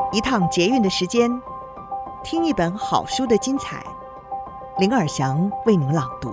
一趟捷运的时间，听一本好书的精彩。林尔祥为您朗读。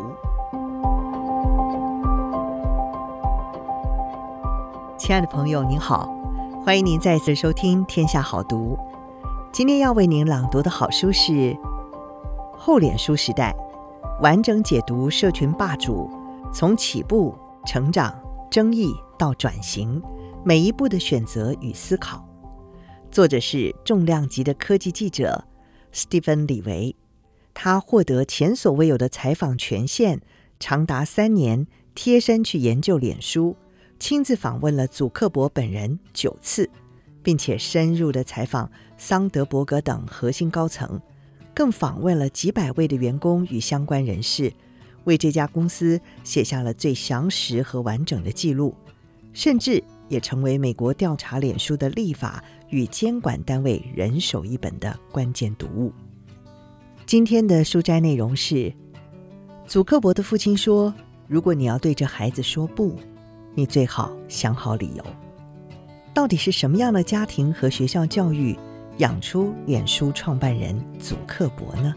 亲爱的朋友您好，欢迎您再次收听天下好读。今天要为您朗读的好书是后脸书时代，完整解读社群霸主从起步、成长、争议到转型，每一步的选择与思考。作者是重量级的科技记者史蒂芬·李维，他获得前所未有的采访权限，长达3年，贴身去研究脸书，亲自访问了祖克伯本人9次，并且深入的采访桑德伯格等核心高层，更访问了几百位的员工与相关人士，为这家公司写下了最详实和完整的记录，甚至也成为美国调查脸书的立法与监管单位人手一本的关键读物。今天的书摘内容是：祖克伯的父亲说，如果你要对这孩子说不，你最好想好理由。到底是什么样的家庭和学校教育养出脸书创办人祖克伯呢？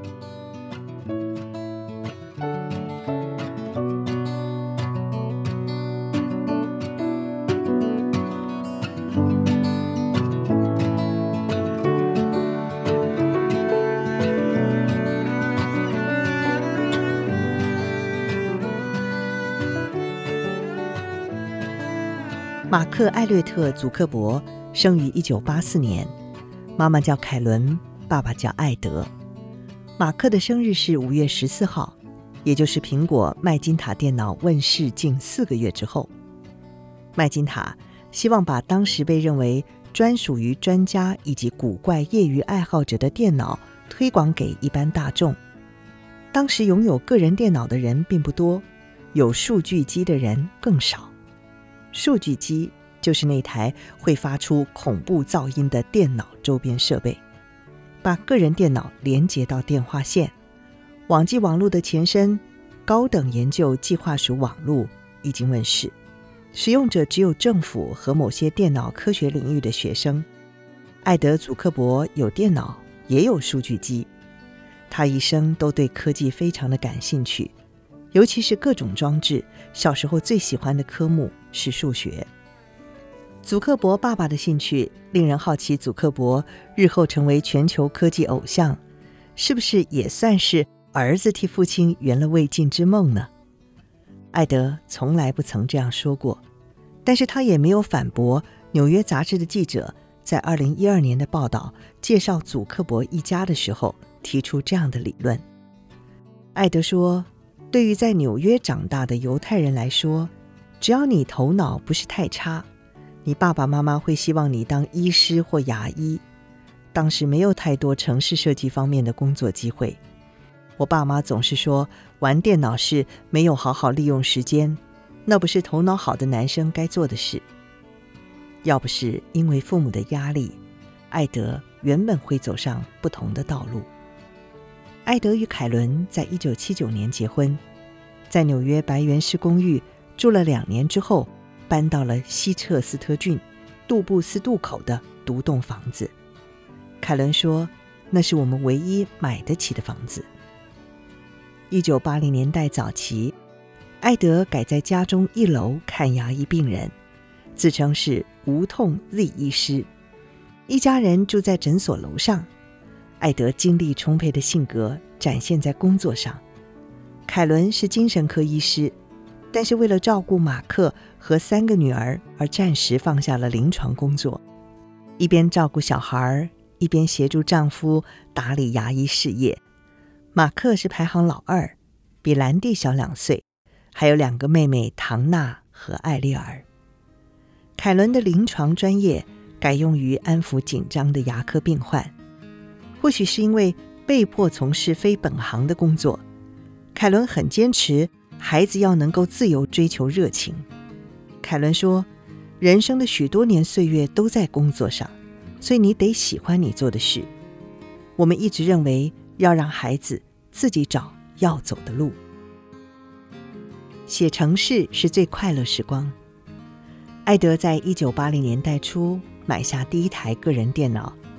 马克·艾略特·祖克伯生于1984年，妈妈叫凯伦，爸爸叫艾德。马克的生日是5月14号，也就是苹果麦金塔电脑问世近4个月之后。麦金塔希望把当时被认为专属于专家以及古怪业余爱好者的电脑推广给一般大众。当时拥有个人电脑的人并不多，有数据机的人更少。数据机就是那台会发出恐怖噪音的电脑周边设备，把个人电脑连接到电话线。网际网络的前身高等研究计划署网络已经问世，使用者只有政府和某些电脑科学领域的学生。艾德·祖克伯有电脑也有数据机，他一生都对科技非常的感兴趣，尤其是各种装置。小时候最喜欢的科目是数学。祖克伯爸爸的兴趣令人好奇，祖克伯日后成为全球科技偶像，是不是也算是儿子替父亲圆了未尽之梦呢？艾德从来不曾这样说过，但是他也没有反驳纽约杂志的记者在2012年的报道介绍祖克伯一家的时候提出这样的理论。艾德说，对于在纽约长大的犹太人来说，只要你头脑不是太差，你爸爸妈妈会希望你当医师或牙医。当时没有太多城市设计方面的工作机会，我爸妈总是说玩电脑是没有好好利用时间，那不是头脑好的男生该做的事。要不是因为父母的压力，艾德原本会走上不同的道路。艾德与凯伦在1979年结婚，在纽约白原市公寓住了2年之后，搬到了西彻斯特郡杜布斯渡口的独栋房子。凯伦说，那是我们唯一买得起的房子。1980年代早期，艾德改在家中1楼看牙医病人，自称是无痛 Z 医师。一家人住在诊所楼上，艾德精力充沛的性格展现在工作上。凯伦是精神科医师，但是为了照顾马克和3个女儿而暂时放下了临床工作，一边照顾小孩，一边协助丈夫打理牙医事业。马克是排行老2，比兰蒂小2岁，还有2个妹妹唐娜和艾丽尔。凯伦的临床专业改用于安抚紧张的牙科病患，或许是因为被迫从事非本行的工作，凯伦很坚持孩子要能够自由追求热情。凯伦说，人生的许多年岁月都在工作上，所以你得喜欢你做的事。我们一直认为要让孩子自己找要走的路。写程式是最快乐时光。艾德在1980年代初买下第一台个人电脑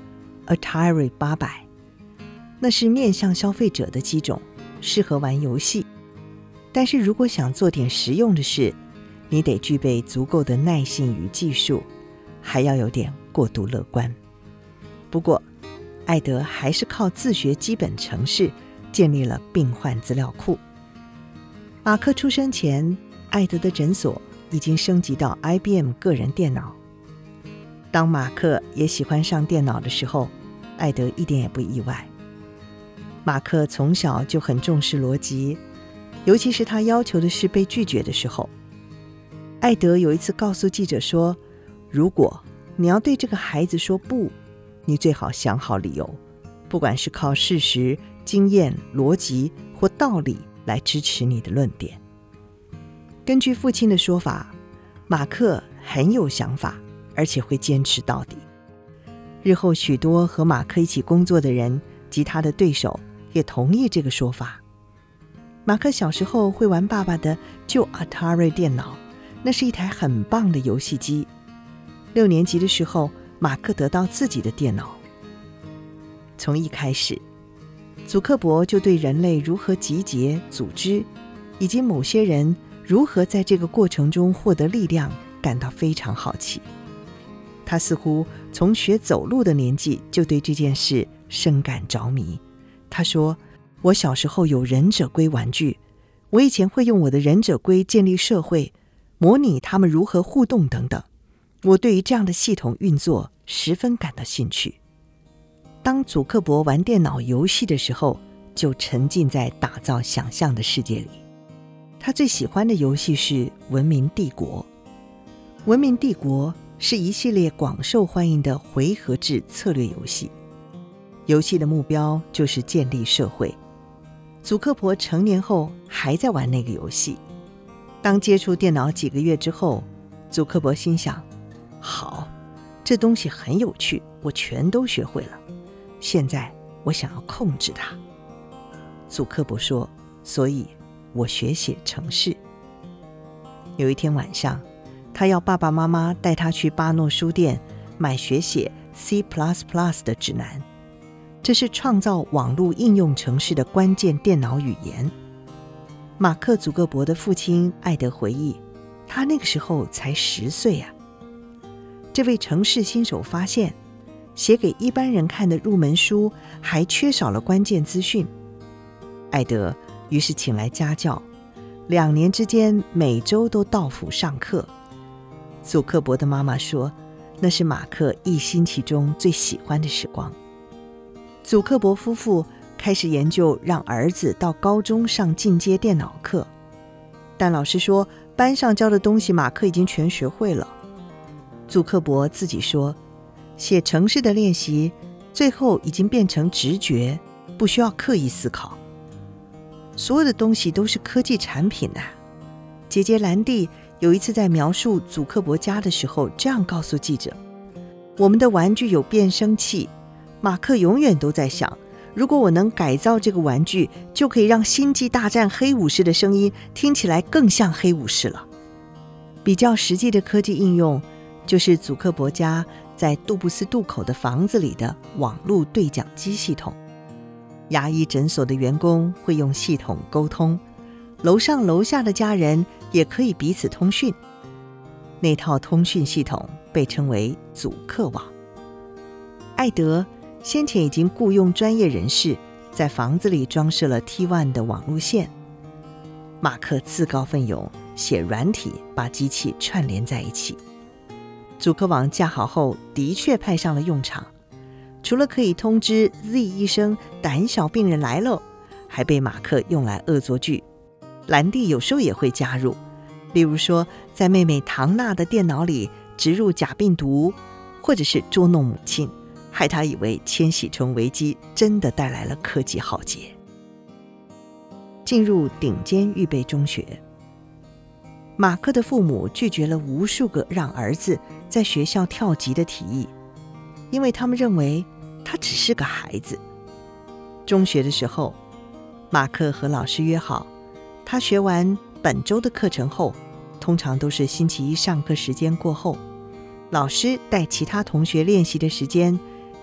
Atari 800，那是面向消费者的机种，适合玩游戏。但是如果想做点实用的事，你得具备足够的耐性与技术，还要有点过度乐观。不过，艾德还是靠自学基本程式建立了病患资料库。马克出生前，艾德的诊所已经升级到 IBM 个人电脑。当马克也喜欢上电脑的时候，艾德一点也不意外。马克从小就很重视逻辑，尤其是他要求的事被拒绝的时候。艾德有一次告诉记者说，如果你要对这个孩子说不，你最好想好理由，不管是靠事实、经验、逻辑或道理来支持你的论点。根据父亲的说法，马克很有想法，而且会坚持到底。日后许多和马克一起工作的人及他的对手也同意这个说法。马克小时候会玩爸爸的旧 Atari 电脑，那是一台很棒的游戏机。6年级的时候，马克得到自己的电脑。从一开始，祖克伯就对人类如何集结、组织，以及某些人如何在这个过程中获得力量感到非常好奇。他似乎从学走路的年纪就对这件事深感着迷。他说，我小时候有忍者龟玩具，我以前会用我的忍者龟建立社会，模拟他们如何互动等等。我对于这样的系统运作十分感到兴趣。当祖克伯玩电脑游戏的时候，就沉浸在打造想象的世界里。他最喜欢的游戏是《文明帝国》。《文明帝国》是一系列广受欢迎的回合制策略游戏。游戏的目标就是建立社会。祖克伯成年后还在玩那个游戏。当接触电脑几个月之后，祖克伯心想，好，这东西很有趣，我全都学会了。现在我想要控制它。祖克伯说，所以我学写程式。有一天晚上，他要爸爸妈妈带他去巴诺书店买学写 C++ 的指南，这是创造网络应用程式的关键电脑语言。马克·祖克伯的父亲艾德回忆，他那个时候才10岁啊。这位程式新手发现，写给一般人看的入门书还缺少了关键资讯。艾德于是请来家教，2年之间每周都到府上课。祖克伯的妈妈说，那是马克一星期中最喜欢的时光。祖克伯夫妇开始研究让儿子到高中上进阶电脑课，但老师说班上教的东西马克已经全学会了。祖克伯自己说，写程式的练习最后已经变成直觉，不需要刻意思考。所有的东西都是科技产品啊。姐姐兰蒂有一次在描述祖克伯家的时候这样告诉记者，我们的玩具有变声器，马克永远都在想，如果我能改造这个玩具，就可以让星际大战黑武士的声音听起来更像黑武士了。比较实际的科技应用就是祖克伯家在杜布斯渡口的房子里的网络对讲机系统。牙医诊所的员工会用系统沟通，楼上楼下的家人也可以彼此通讯。那套通讯系统被称为祖克网。艾德先前已经雇佣专业人士在房子里装饰了 T1 的网路线。马克自告奋勇写软体把机器串联在一起。祖克网架好后的确派上了用场，除了可以通知 Z 医生胆小病人来了，还被马克用来恶作剧。兰蒂有时候也会加入，例如说在妹妹唐娜的电脑里植入假病毒，或者是捉弄母亲，害她以为千禧虫危机真的带来了科技浩劫。进入顶尖预备中学，马克的父母拒绝了无数个让儿子在学校跳级的提议，因为他们认为他只是个孩子。中学的时候，马克和老师约好，他学完本周的课程后，通常都是星期一上课时间过后，老师带其他同学练习的时间，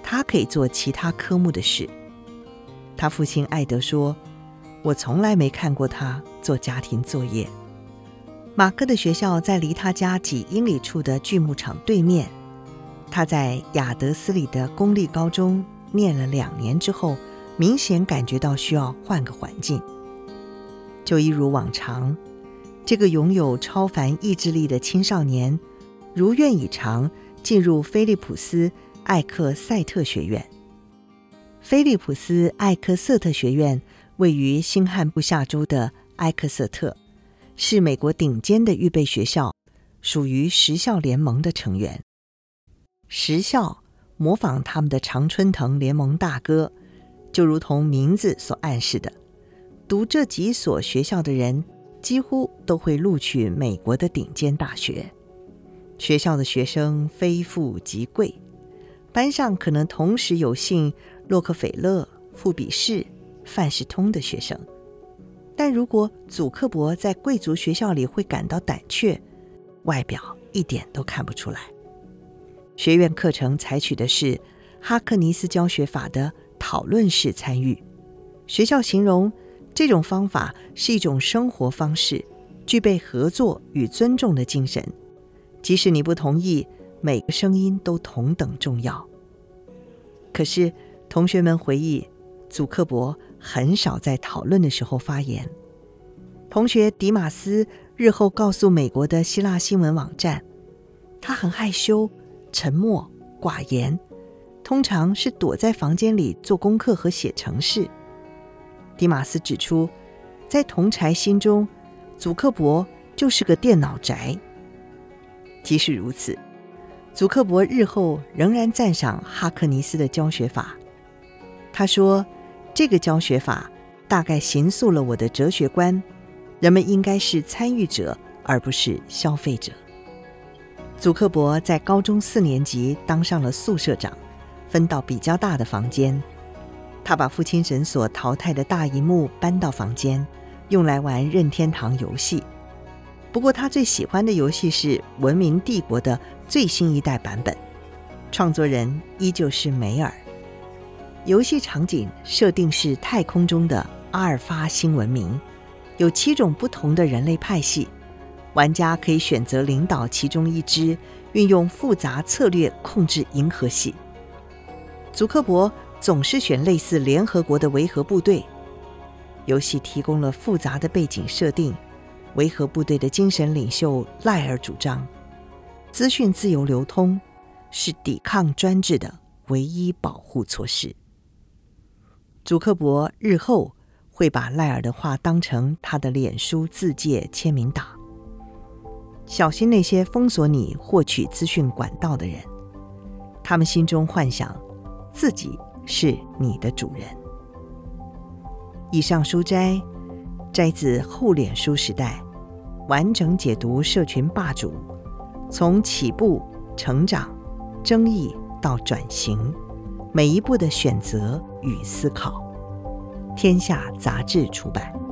他可以做其他科目的事。他父亲艾德说，我从来没看过他做家庭作业。马克的学校在离他家几英里处的锯木厂对面。他在亚德斯里的公立高中念了2年之后，明显感觉到需要换个环境。就一如往常，这个拥有超凡意志力的青少年如愿以偿进入菲利普斯艾克塞特学院。菲利普斯艾克瑟特学院位于新罕布夏州的埃克瑟特，是美国顶尖的预备学校，属于10校联盟的成员。10校模仿他们的常春藤联盟大哥，就如同名字所暗示的，读这几所学校的人几乎都会录取美国的顶尖大学。学校的学生非富即贵，班上可能同时有姓洛克菲勒、富比士、范士通的学生。但如果祖克伯在贵族学校里会感到胆怯，外表一点都看不出来。学院课程采取的是哈克尼斯教学法的讨论式参与。学校形容这种方法是一种生活方式，具备合作与尊重的精神。即使你不同意，每个声音都同等重要。可是同学们回忆，祖克伯很少在讨论的时候发言。同学迪马斯日后告诉美国的希腊新闻网站，他很害羞、沉默、寡言，通常是躲在房间里做功课和写程式。迪马斯指出，在同侪心中，祖克伯就是个电脑宅。即使如此，祖克伯日后仍然赞赏哈克尼斯的教学法。他说，这个教学法大概形塑了我的哲学观，人们应该是参与者而不是消费者。祖克伯在高中4年级当上了宿舍长，分到比较大的房间。他把父亲诊所淘汰的大萤幕搬到房间，用来玩任天堂游戏。不过他最喜欢的游戏是《文明帝国》的最新一代版本，创作人依旧是梅尔。游戏场景设定是太空中的阿尔法新文明，有7种不同的人类派系，玩家可以选择领导其中一支，运用复杂策略控制银河系。祖克伯总是选类似联合国的维和部队。游戏提供了复杂的背景设定。维和部队的精神领袖赖尔主张，资讯自由流通是抵抗专制的唯一保护措施。祖克伯日后会把赖尔的话当成他的脸书自介签名档。小心那些封锁你获取资讯管道的人，他们心中幻想自己是你的主人。以上书摘自后脸书时代，完整解读社群霸主从起步、成长、争议到转型，每一步的选择与思考。天下杂志出版。